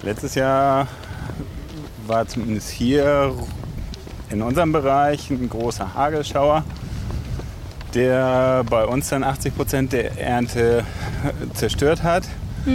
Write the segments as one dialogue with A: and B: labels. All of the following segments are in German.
A: Letztes Jahr war zumindest hier in unserem Bereich ein großer Hagelschauer, der bei uns dann 80% der Ernte zerstört hat.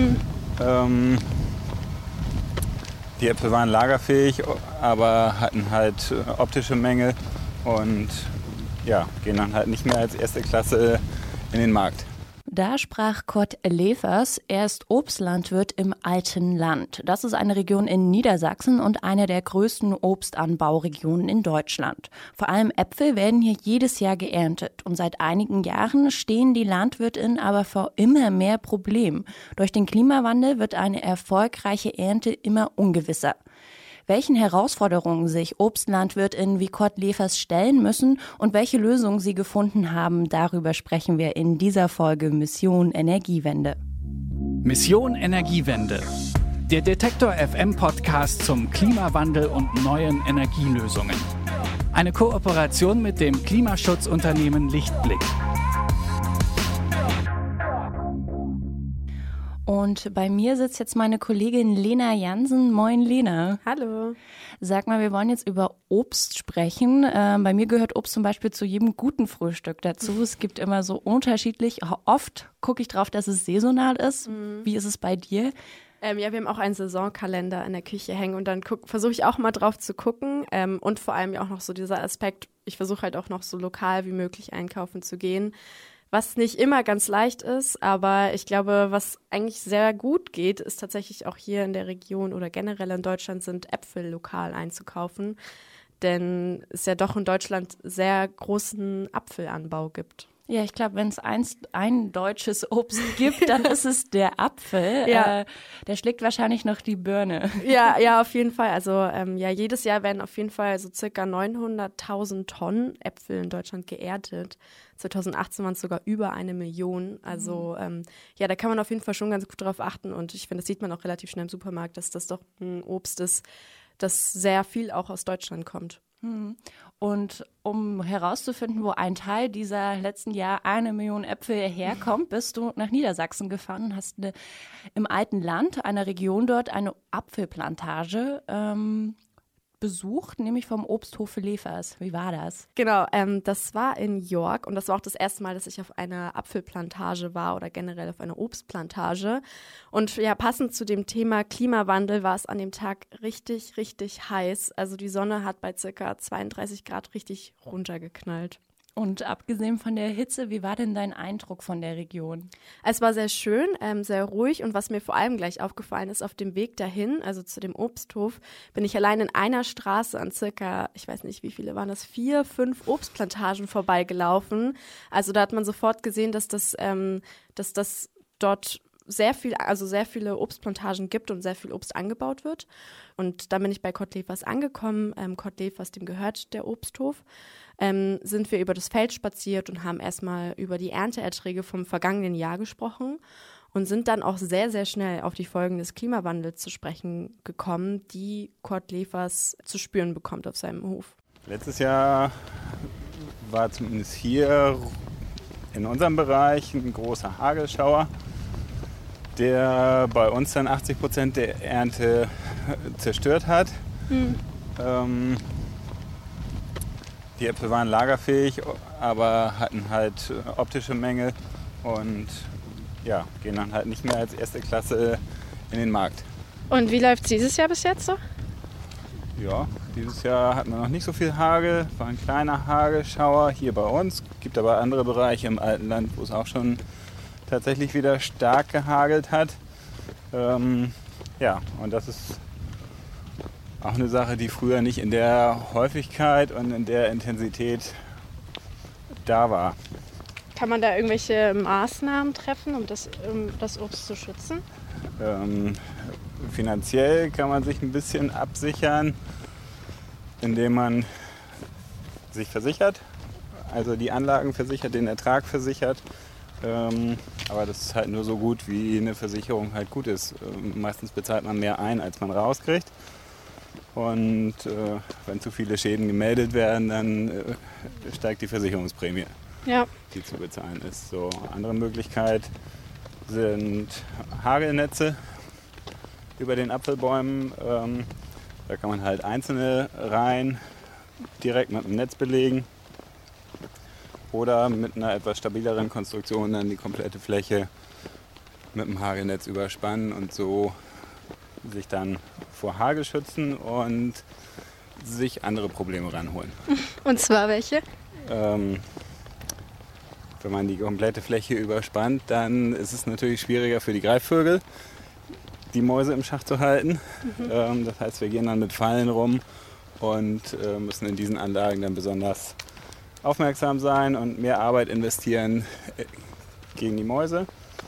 A: Die Äpfel waren lagerfähig, aber hatten halt optische Mängel und gehen dann halt nicht mehr als erste Klasse in den Markt.
B: Da sprach Kurt Levers. Er ist Obstlandwirt im Alten Land. Das ist eine Region in Niedersachsen und eine der größten Obstanbauregionen in Deutschland. Vor allem Äpfel werden hier jedes Jahr geerntet. Und seit einigen Jahren stehen die LandwirtInnen aber vor immer mehr Problemen. Durch den Klimawandel wird eine erfolgreiche Ernte immer ungewisser. Welchen Herausforderungen sich ObstlandwirtInnen wie Kurt Levers stellen müssen und welche Lösungen sie gefunden haben, darüber sprechen wir in dieser Folge Mission Energiewende.
C: Mission Energiewende. Der Detektor FM Podcast zum Klimawandel und neuen Energielösungen. Eine Kooperation mit dem Klimaschutzunternehmen Lichtblick.
B: Und bei mir sitzt jetzt meine Kollegin Lena Jansen. Moin, Lena.
D: Hallo.
B: Sag mal, wir wollen jetzt über Obst sprechen. Bei mir gehört Obst zum Beispiel zu jedem guten Frühstück dazu. Es gibt immer so unterschiedlich. Oft gucke ich drauf, dass es saisonal ist. Wie ist es bei dir?
D: Wir haben auch einen Saisonkalender in der Küche hängen und dann versuche ich auch mal drauf zu gucken. Und vor allem auch noch so dieser Aspekt, ich versuche halt auch noch so lokal wie möglich einkaufen zu gehen. Was nicht immer ganz leicht ist, aber ich glaube, was eigentlich sehr gut geht, ist tatsächlich auch hier in der Region oder generell in Deutschland sind Äpfel lokal einzukaufen. Denn es ja doch in Deutschland sehr großen Apfelanbau gibt.
B: Ja, ich glaube, wenn es ein deutsches Obst gibt, dann ist es der Apfel.
D: Ja.
B: Der schlägt wahrscheinlich noch die Birne.
D: Ja, auf jeden Fall. Also jedes Jahr werden auf jeden Fall so circa 900.000 Tonnen Äpfel in Deutschland geerntet. 2018 waren es sogar über 1 Million. Also da kann man auf jeden Fall schon ganz gut drauf achten. Und ich finde, das sieht man auch relativ schnell im Supermarkt, dass das doch ein Obst ist, das sehr viel auch aus Deutschland kommt.
B: Und um herauszufinden, wo ein Teil dieser letzten Jahr 1 Million Äpfel herkommt, bist du nach Niedersachsen gefahren und hast im Alten Land, einer Region dort, eine Apfelplantage besucht, nämlich vom Obsthof Levers. Wie war das?
D: Genau, das war in York und das war auch das erste Mal, dass ich auf einer Apfelplantage war oder generell auf einer Obstplantage. Und ja, passend zu dem Thema Klimawandel war es an dem Tag richtig, richtig heiß. Also die Sonne hat bei circa 32 Grad richtig runtergeknallt.
B: Und abgesehen von der Hitze, wie war denn dein Eindruck von der Region?
D: Es war sehr schön, sehr ruhig und was mir vor allem gleich aufgefallen ist, auf dem Weg dahin, also zu dem Obsthof, bin ich allein in einer Straße an circa, ich weiß nicht, wie viele waren das, 4, 5 Obstplantagen vorbeigelaufen. Also da hat man sofort gesehen, dass das dort sehr viele Obstplantagen gibt und sehr viel Obst angebaut wird. Und dann bin ich bei Kurt Levers angekommen. Kurt Levers, dem gehört der Obsthof. Sind wir über das Feld spaziert und haben erstmal über die Ernteerträge vom vergangenen Jahr gesprochen und sind dann auch sehr, sehr schnell auf die Folgen des Klimawandels zu sprechen gekommen, die Kurt Levers zu spüren bekommt auf seinem Hof.
A: Letztes Jahr war zumindest hier in unserem Bereich ein großer Hagelschauer, der bei uns dann 80% der Ernte zerstört hat. Die Äpfel waren lagerfähig, aber hatten halt optische Mängel und gehen dann halt nicht mehr als erste Klasse in den Markt.
E: Und wie läuft es dieses Jahr bis jetzt so?
A: Ja, dieses Jahr hatten wir noch nicht so viel Hagel, war ein kleiner Hagelschauer hier bei uns. Gibt aber andere Bereiche im Alten Land, wo es auch schon tatsächlich wieder stark gehagelt hat. Und das ist auch eine Sache, die früher nicht in der Häufigkeit und in der Intensität da war.
E: Kann man da irgendwelche Maßnahmen treffen, um das Obst zu schützen?
A: Finanziell kann man sich ein bisschen absichern, indem man sich versichert, also die Anlagen versichert, den Ertrag versichert. Aber das ist halt nur so gut, wie eine Versicherung halt gut ist. Meistens bezahlt man mehr ein, als man rauskriegt. Und wenn zu viele Schäden gemeldet werden, dann steigt die Versicherungsprämie, die zu bezahlen ist. So, andere Möglichkeit sind Hagelnetze. über den Apfelbäumen. Da kann man halt einzelne Reihen direkt mit dem Netz belegen oder mit einer etwas stabileren Konstruktion dann die komplette Fläche mit dem Hagelnetz überspannen und so sich dann vor Hagel schützen und sich andere Probleme ranholen.
E: Und zwar welche?
A: Wenn man die komplette Fläche überspannt, dann ist es natürlich schwieriger für die Greifvögel, die Mäuse im Schach zu halten. Das heißt, wir gehen dann mit Fallen rum und müssen in diesen Anlagen dann besonders aufmerksam sein und mehr Arbeit investieren gegen die Mäuse.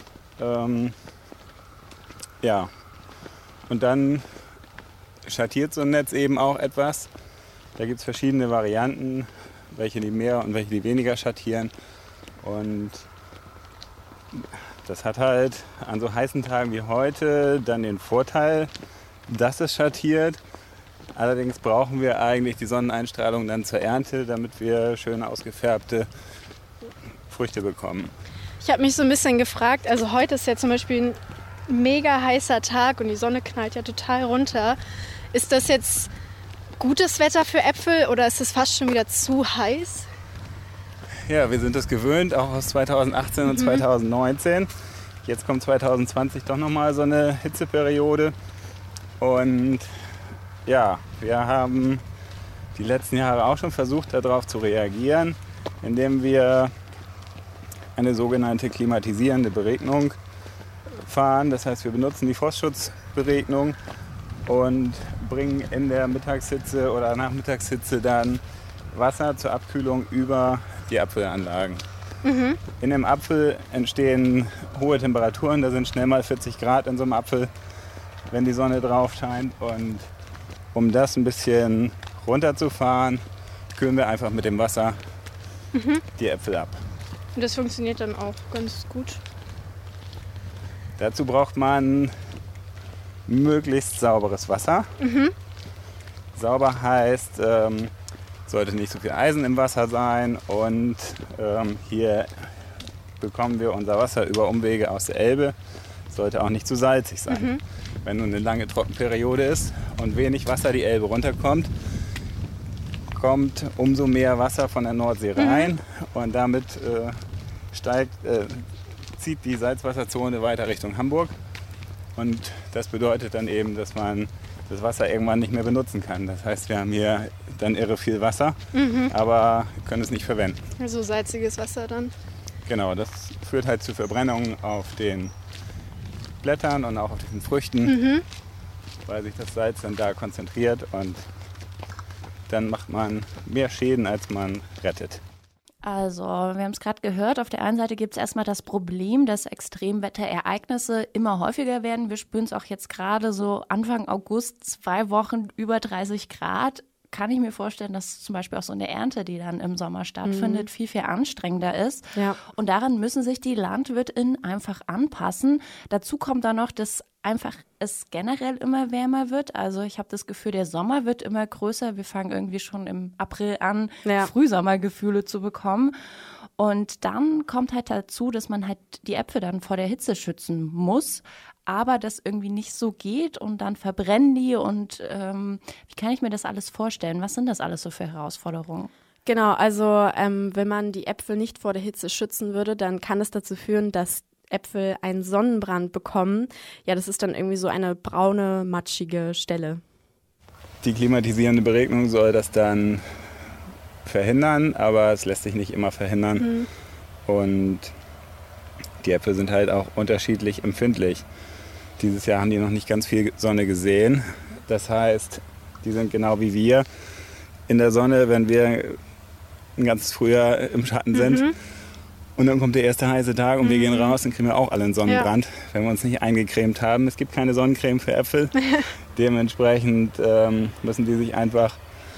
A: Ja, und dann schattiert so ein Netz eben auch etwas. Da gibt es verschiedene Varianten, welche die mehr und welche die weniger schattieren. Und das hat halt an so heißen Tagen wie heute dann den Vorteil, dass es schattiert. Allerdings brauchen wir eigentlich die Sonneneinstrahlung dann zur Ernte, damit wir schön ausgefärbte Früchte bekommen.
E: Ich habe mich so ein bisschen gefragt, also heute ist ja zum Beispiel ein mega heißer Tag und die Sonne knallt ja total runter. Ist das jetzt gutes Wetter für Äpfel oder ist es fast schon wieder zu heiß?
A: Ja, wir sind es gewöhnt, auch aus 2018 und 2019. Jetzt kommt 2020 doch nochmal so eine Hitzeperiode. Und ja, wir haben die letzten Jahre auch schon versucht, darauf zu reagieren, indem wir eine sogenannte klimatisierende Beregnung fahren. Das heißt, wir benutzen die Frostschutzberegnung und bringen in der Mittagshitze oder Nachmittagshitze dann Wasser zur Abkühlung über die Apfelanlagen. In dem Apfel entstehen hohe Temperaturen, da sind schnell mal 40 Grad in so einem Apfel, wenn die Sonne drauf scheint. Und um das ein bisschen runterzufahren, kühlen wir einfach mit dem Wasser die Äpfel ab.
E: Und das funktioniert dann auch ganz gut.
A: Dazu braucht man möglichst sauberes Wasser. Sauber heißt, sollte nicht so viel Eisen im Wasser sein und hier bekommen wir unser Wasser über Umwege aus der Elbe. Sollte auch nicht zu salzig sein. Wenn nun eine lange Trockenperiode ist und wenig Wasser die Elbe runterkommt, kommt umso mehr Wasser von der Nordsee rein und damit zieht die Salzwasserzone weiter Richtung Hamburg. Und das bedeutet dann eben, dass man das Wasser irgendwann nicht mehr benutzen kann. Das heißt, wir haben hier dann irre viel Wasser, aber können es nicht verwenden.
E: Also salziges Wasser dann?
A: Genau, das führt halt zu Verbrennungen auf den Blättern und auch auf den Früchten, weil sich das Salz dann da konzentriert und dann macht man mehr Schäden, als man rettet.
B: Also, wir haben es gerade gehört, auf der einen Seite gibt es erstmal das Problem, dass Extremwetterereignisse immer häufiger werden. Wir spüren es auch jetzt gerade so Anfang August, 2 Wochen über 30 Grad. Kann ich mir vorstellen, dass zum Beispiel auch so eine Ernte, die dann im Sommer stattfindet, viel, viel anstrengender ist.
D: Ja.
B: Und daran müssen sich die LandwirtInnen einfach anpassen. Dazu kommt dann noch, dass einfach es generell immer wärmer wird. Also ich habe das Gefühl, der Sommer wird immer größer. Wir fangen irgendwie schon im April an, Frühsommergefühle zu bekommen. Und dann kommt halt dazu, dass man halt die Äpfel dann vor der Hitze schützen muss, aber das irgendwie nicht so geht und dann verbrennen die. Und wie kann ich mir das alles vorstellen? Was sind das alles so für Herausforderungen?
D: Genau, also wenn man die Äpfel nicht vor der Hitze schützen würde, dann kann es dazu führen, dass Äpfel einen Sonnenbrand bekommen. Ja, das ist dann irgendwie so eine braune, matschige Stelle.
A: Die klimatisierende Beregnung soll das dann verhindern, aber es lässt sich nicht immer verhindern. Und die Äpfel sind halt auch unterschiedlich empfindlich. Dieses Jahr haben die noch nicht ganz viel Sonne gesehen. Das heißt, die sind genau wie wir in der Sonne, wenn wir ein ganzes Frühjahr im Schatten sind. Und dann kommt der erste heiße Tag und wir gehen raus, dann kriegen wir auch alle einen Sonnenbrand, wenn wir uns nicht eingecremt haben. Es gibt keine Sonnencreme für Äpfel. Dementsprechend müssen die sich einfach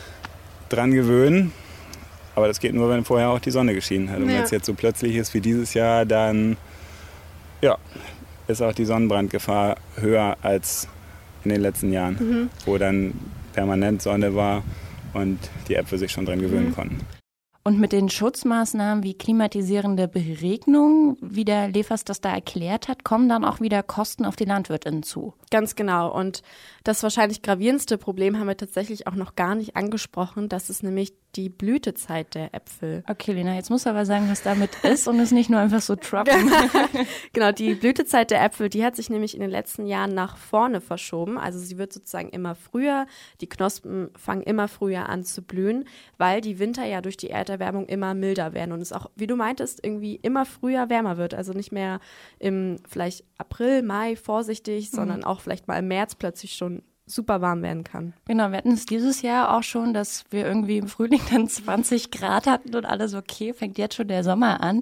A: dran gewöhnen. Aber das geht nur, wenn vorher auch die Sonne geschienen hat. Und wenn es jetzt so plötzlich ist wie dieses Jahr, dann ist auch die Sonnenbrandgefahr höher als in den letzten Jahren, wo dann permanent Sonne war und die Äpfel sich schon dran gewöhnen konnten.
B: Und mit den Schutzmaßnahmen wie klimatisierende Beregnung, wie der Lefers das da erklärt hat, kommen dann auch wieder Kosten auf die LandwirtInnen zu.
D: Ganz genau. Und das wahrscheinlich gravierendste Problem haben wir tatsächlich auch noch gar nicht angesprochen. Das ist nämlich die Blütezeit der Äpfel.
B: Okay, Lena, jetzt musst du aber sagen, was damit ist und es nicht nur einfach so droppen.
D: Genau, die Blütezeit der Äpfel, die hat sich nämlich in den letzten Jahren nach vorne verschoben. Also sie wird sozusagen immer früher, die Knospen fangen immer früher an zu blühen, weil die Winter ja durch die Erderwärmung immer milder werden und es auch, wie du meintest, irgendwie immer früher wärmer wird. Also nicht mehr im vielleicht April, Mai vorsichtig, sondern auch vielleicht mal im März plötzlich schon super warm werden kann.
B: Genau, wir hatten es dieses Jahr auch schon, dass wir irgendwie im Frühling dann 20 Grad hatten und alles okay, fängt jetzt schon der Sommer an.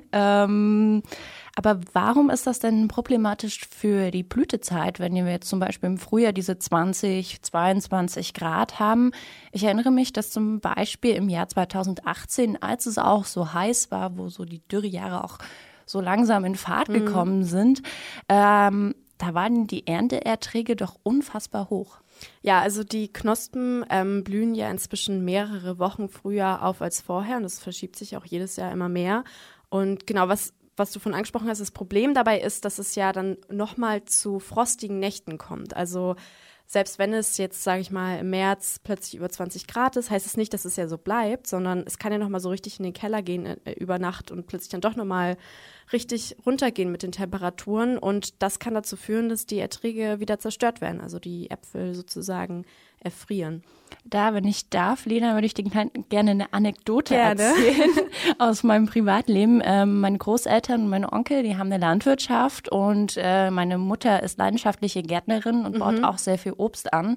B: Aber warum ist das denn problematisch für die Blütezeit, wenn wir jetzt zum Beispiel im Frühjahr diese 20, 22 Grad haben? Ich erinnere mich, dass zum Beispiel im Jahr 2018, als es auch so heiß war, wo so die Dürrejahre auch so langsam in Fahrt gekommen sind, da waren die Ernteerträge doch unfassbar hoch.
D: Ja, also die Knospen blühen ja inzwischen mehrere Wochen früher auf als vorher und das verschiebt sich auch jedes Jahr immer mehr. Und genau, was du vorhin angesprochen hast, das Problem dabei ist, dass es ja dann nochmal zu frostigen Nächten kommt. Also selbst wenn es jetzt, sage ich mal, im März plötzlich über 20 Grad ist, heißt es nicht, dass es ja so bleibt, sondern es kann ja nochmal so richtig in den Keller gehen über Nacht und plötzlich dann doch nochmal richtig runtergehen mit den Temperaturen. Und das kann dazu führen, dass die Erträge wieder zerstört werden, also die Äpfel sozusagen erfrieren.
B: Da, wenn ich darf, Lena, würde ich dir gerne eine Anekdote erzählen aus meinem Privatleben. Meine Großeltern und meine Onkel, die haben eine Landwirtschaft und meine Mutter ist leidenschaftliche Gärtnerin und baut auch sehr viel Obst an.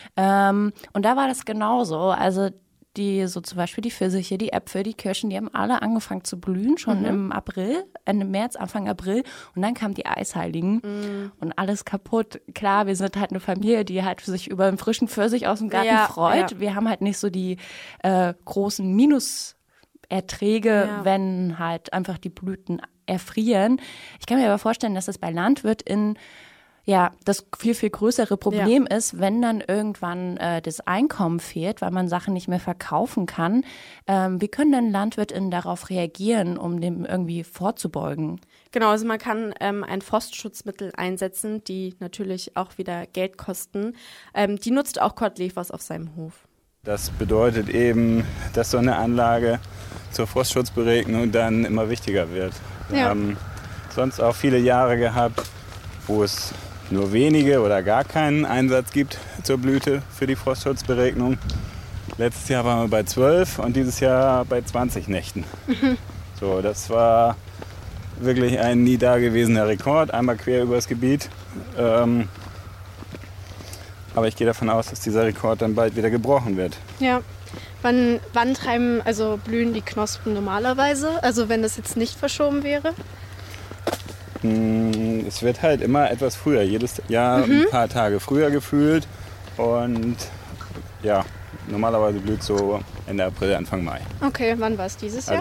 B: Und da war das genauso. Also die, so zum Beispiel die Pfirsiche, die Äpfel, die Kirschen, die haben alle angefangen zu blühen, schon im April, Ende März, Anfang April. Und dann kamen die Eisheiligen und alles kaputt. Klar, wir sind halt eine Familie, die halt sich über einen frischen Pfirsich aus dem Garten freut. Ja. Wir haben halt nicht so die großen Minuserträge, wenn halt einfach die Blüten erfrieren. Ich kann mir aber vorstellen, dass das bei LandwirtInnen das viel, viel größere Problem ist, wenn dann irgendwann das Einkommen fehlt, weil man Sachen nicht mehr verkaufen kann. Wie können denn LandwirtInnen darauf reagieren, um dem irgendwie vorzubeugen?
D: Genau, also man kann ein Frostschutzmittel einsetzen, die natürlich auch wieder Geld kosten. Die nutzt auch Kurt Lefers auf seinem Hof.
A: Das bedeutet eben, dass so eine Anlage zur Frostschutzberegnung dann immer wichtiger wird. Wir haben sonst auch viele Jahre gehabt, wo es nur wenige oder gar keinen Einsatz gibt zur Blüte für die Frostschutzberegnung. Letztes Jahr waren wir bei 12 und dieses Jahr bei 20 Nächten. So, das war wirklich ein nie dagewesener Rekord, einmal quer übers Gebiet. Aber ich gehe davon aus, dass dieser Rekord dann bald wieder gebrochen wird.
E: Ja. Wann blühen die Knospen normalerweise? Also wenn das jetzt nicht verschoben wäre?
A: Es wird halt immer etwas früher, jedes Jahr ein paar Tage früher gefühlt und ja, normalerweise blüht so Ende April, Anfang Mai.
E: Okay, wann war es dieses Jahr?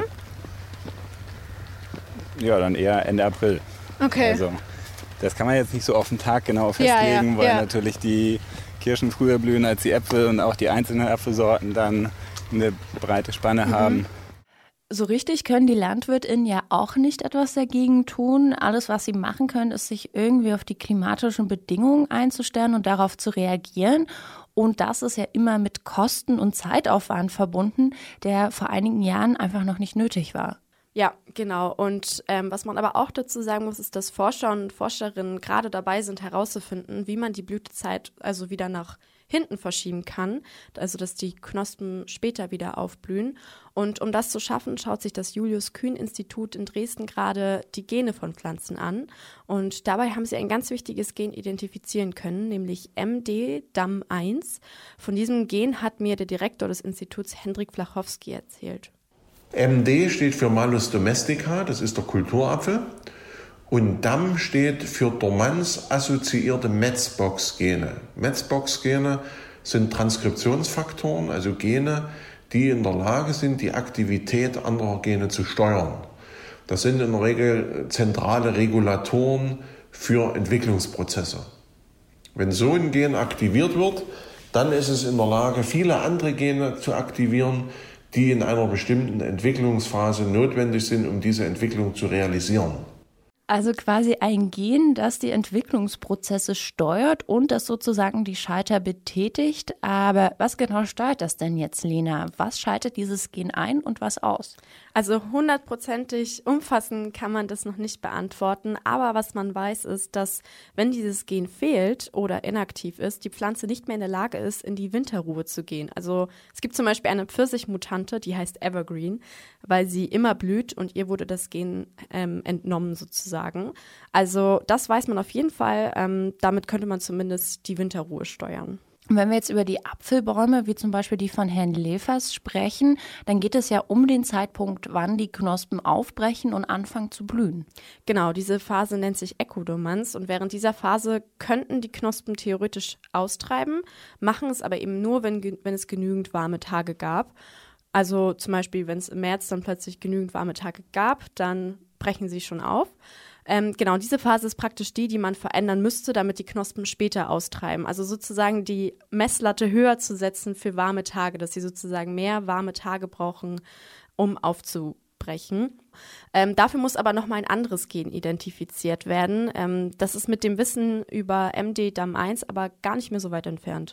A: Ja, dann eher Ende April.
E: Okay.
A: Also das kann man jetzt nicht so auf den Tag genau festlegen, weil natürlich die Kirschen früher blühen als die Äpfel und auch die einzelnen Apfelsorten dann eine breite Spanne haben.
B: So richtig können die LandwirtInnen ja auch nicht etwas dagegen tun. Alles, was sie machen können, ist, sich irgendwie auf die klimatischen Bedingungen einzustellen und darauf zu reagieren. Und das ist ja immer mit Kosten und Zeitaufwand verbunden, der vor einigen Jahren einfach noch nicht nötig war.
D: Ja, genau. Und was man aber auch dazu sagen muss, ist, dass Forscher und Forscherinnen gerade dabei sind, herauszufinden, wie man die Blütezeit also wieder nach hinten verschieben kann, also dass die Knospen später wieder aufblühen. Und um das zu schaffen, schaut sich das Julius-Kühn-Institut in Dresden gerade die Gene von Pflanzen an. Und dabei haben sie ein ganz wichtiges Gen identifizieren können, nämlich MD-DAM1. Von diesem Gen hat mir der Direktor des Instituts, Hendrik Flachowski, erzählt.
F: MD steht für Malus domestica, das ist der Kulturapfel. Und DAM steht für Dormanz-assoziierte Metzbox-Gene. Metzbox-Gene sind Transkriptionsfaktoren, also Gene, die in der Lage sind, die Aktivität anderer Gene zu steuern. Das sind in der Regel zentrale Regulatoren für Entwicklungsprozesse. Wenn so ein Gen aktiviert wird, dann ist es in der Lage, viele andere Gene zu aktivieren, die in einer bestimmten Entwicklungsphase notwendig sind, um diese Entwicklung zu realisieren.
B: Also quasi ein Gen, das die Entwicklungsprozesse steuert und das sozusagen die Schalter betätigt. Aber was genau steuert das denn jetzt, Lena? Was schaltet dieses Gen ein und was aus?
D: Also 100%ig umfassend kann man das noch nicht beantworten, aber was man weiß ist, dass wenn dieses Gen fehlt oder inaktiv ist, die Pflanze nicht mehr in der Lage ist, in die Winterruhe zu gehen. Also es gibt zum Beispiel eine Pfirsichmutante, die heißt Evergreen, weil sie immer blüht und ihr wurde das Gen entnommen sozusagen. Also das weiß man auf jeden Fall, damit könnte man zumindest die Winterruhe steuern.
B: Und wenn wir jetzt über die Apfelbäume, wie zum Beispiel die von Herrn Lefers, sprechen, dann geht es ja um den Zeitpunkt, wann die Knospen aufbrechen und anfangen zu blühen.
D: Genau, diese Phase nennt sich Ekodormanz und während dieser Phase könnten die Knospen theoretisch austreiben, machen es aber eben nur, wenn es genügend warme Tage gab. Also zum Beispiel, wenn es im März dann plötzlich genügend warme Tage gab, dann brechen sie schon auf. Genau, diese Phase ist praktisch die man verändern müsste, damit die Knospen später austreiben. Also sozusagen die Messlatte höher zu setzen für warme Tage, dass sie sozusagen mehr warme Tage brauchen, um aufzubrechen. Dafür muss aber nochmal ein anderes Gen identifiziert werden. Das ist mit dem Wissen über MD-DAM1 aber gar nicht mehr so weit entfernt.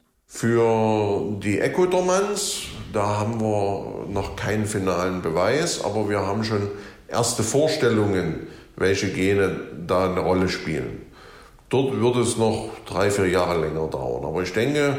F: Für die Ekodormanz, da haben wir noch keinen finalen Beweis, aber wir haben schon erste Vorstellungen, welche Gene da eine Rolle spielen. Dort wird es noch 3-4 Jahre länger dauern. Aber ich denke,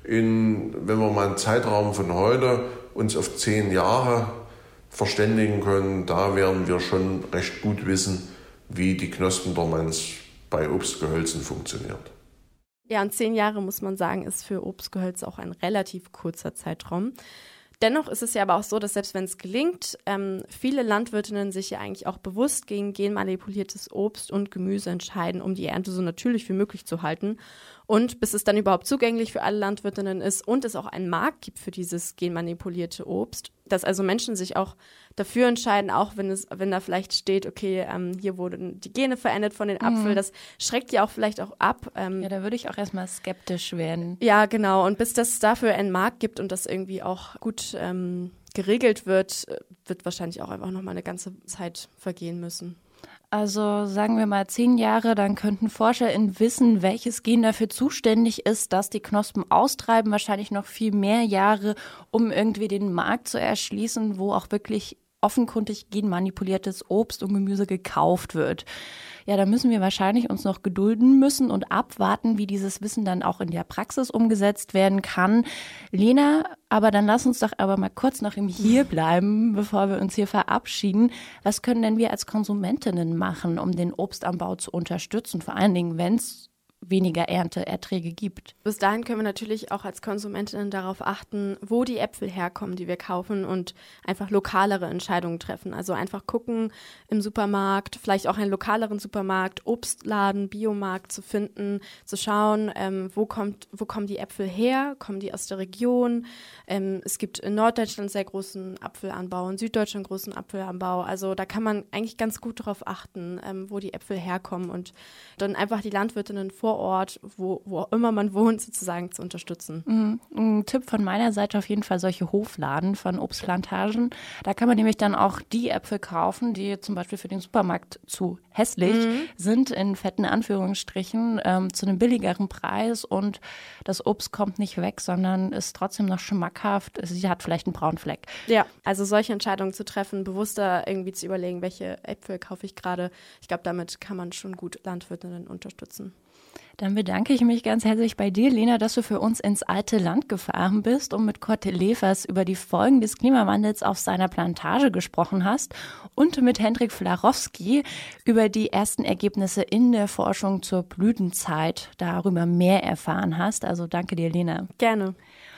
F: wenn wir mal einen Zeitraum von heute uns auf 10 Jahre verständigen können, da werden wir schon recht gut wissen, wie die Knospendormanz bei Obstgehölzen funktioniert.
D: Ja, und 10 Jahre, muss man sagen, ist für Obstgehölze auch ein relativ kurzer Zeitraum. Dennoch ist es ja aber auch so, dass selbst wenn es gelingt, viele Landwirtinnen sich ja eigentlich auch bewusst gegen genmanipuliertes Obst und Gemüse entscheiden, um die Ernte so natürlich wie möglich zu halten. Und bis es dann überhaupt zugänglich für alle Landwirtinnen ist und es auch einen Markt gibt für dieses genmanipulierte Obst, dass also Menschen sich auch dafür entscheiden, auch wenn da vielleicht steht, okay, hier wurden die Gene verändert von den Apfel, das schreckt ja auch vielleicht auch ab.
B: Ja, da würde ich auch erstmal skeptisch werden.
D: Ja, genau. Und bis das dafür einen Markt gibt und das irgendwie auch gut geregelt wird, wird wahrscheinlich auch einfach nochmal eine ganze Zeit vergehen müssen.
B: Also sagen wir mal 10 Jahre, dann könnten ForscherInnen wissen, welches Gen dafür zuständig ist, dass die Knospen austreiben. Wahrscheinlich noch viel mehr Jahre, um irgendwie den Markt zu erschließen, wo auch wirklich offenkundig genmanipuliertes Obst und Gemüse gekauft wird. Ja, da müssen wir wahrscheinlich uns noch gedulden müssen und abwarten, wie dieses Wissen dann auch in der Praxis umgesetzt werden kann. Lena, aber dann lass uns doch aber mal kurz noch im Hier bleiben, bevor wir uns hier verabschieden. Was können denn wir als Konsumentinnen machen, um den Obstanbau zu unterstützen? Vor allen Dingen, wenn es weniger Ernteerträge gibt.
D: Bis dahin können wir natürlich auch als Konsumentinnen darauf achten, wo die Äpfel herkommen, die wir kaufen und einfach lokalere Entscheidungen treffen. Also einfach gucken im Supermarkt, vielleicht auch einen lokaleren Supermarkt, Obstladen, Biomarkt zu finden, zu schauen, wo kommen die Äpfel her, kommen die aus der Region. Es gibt in Norddeutschland sehr großen Apfelanbau, in Süddeutschland großen Apfelanbau. Also da kann man eigentlich ganz gut darauf achten, wo die Äpfel herkommen und dann einfach die Landwirtinnen vor Ort, wo immer man wohnt, sozusagen zu unterstützen.
B: Ein Tipp von meiner Seite auf jeden Fall solche Hofladen von Obstplantagen. Da kann man nämlich dann auch die Äpfel kaufen, die zum Beispiel für den Supermarkt zu hässlich sind, in fetten Anführungsstrichen, zu einem billigeren Preis und das Obst kommt nicht weg, sondern ist trotzdem noch schmackhaft. Sie hat vielleicht einen braunen Fleck.
D: Ja, also solche Entscheidungen zu treffen, bewusster irgendwie zu überlegen, welche Äpfel kaufe ich gerade. Ich glaube, damit kann man schon gut Landwirtinnen unterstützen.
B: Dann bedanke ich mich ganz herzlich bei dir, Lena, dass du für uns ins alte Land gefahren bist und mit Kurt Lefers über die Folgen des Klimawandels auf seiner Plantage gesprochen hast und mit Hendrik Flarowski über die ersten Ergebnisse in der Forschung zur Blütenzeit darüber mehr erfahren hast. Also danke dir, Lena.
D: Gerne.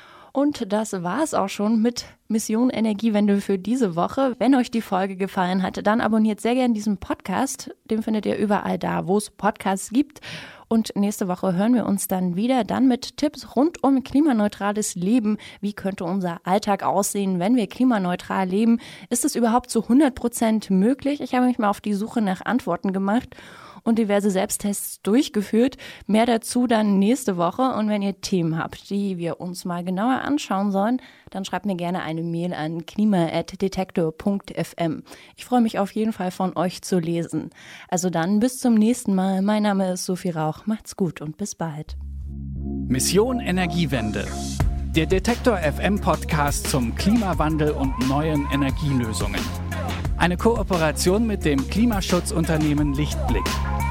B: Und das war es auch schon mit Mission Energiewende für diese Woche. Wenn euch die Folge gefallen hat, dann abonniert sehr gerne diesen Podcast. Den findet ihr überall da, wo es Podcasts gibt. Und nächste Woche hören wir uns dann wieder, dann mit Tipps rund um klimaneutrales Leben. Wie könnte unser Alltag aussehen, wenn wir klimaneutral leben? Ist es überhaupt zu 100% möglich? Ich habe mich mal auf die Suche nach Antworten gemacht. und diverse Selbsttests durchgeführt. Mehr dazu dann nächste Woche. Und wenn ihr Themen habt, die wir uns mal genauer anschauen sollen, dann schreibt mir gerne eine Mail an klima@detektor.fm. Ich freue mich auf jeden Fall von euch zu lesen. Also dann bis zum nächsten Mal. Mein Name ist Sophie Rauch. Macht's gut und bis bald.
C: Mission Energiewende. Der Detektor FM Podcast zum Klimawandel und neuen Energielösungen. Eine Kooperation mit dem Klimaschutzunternehmen Lichtblick.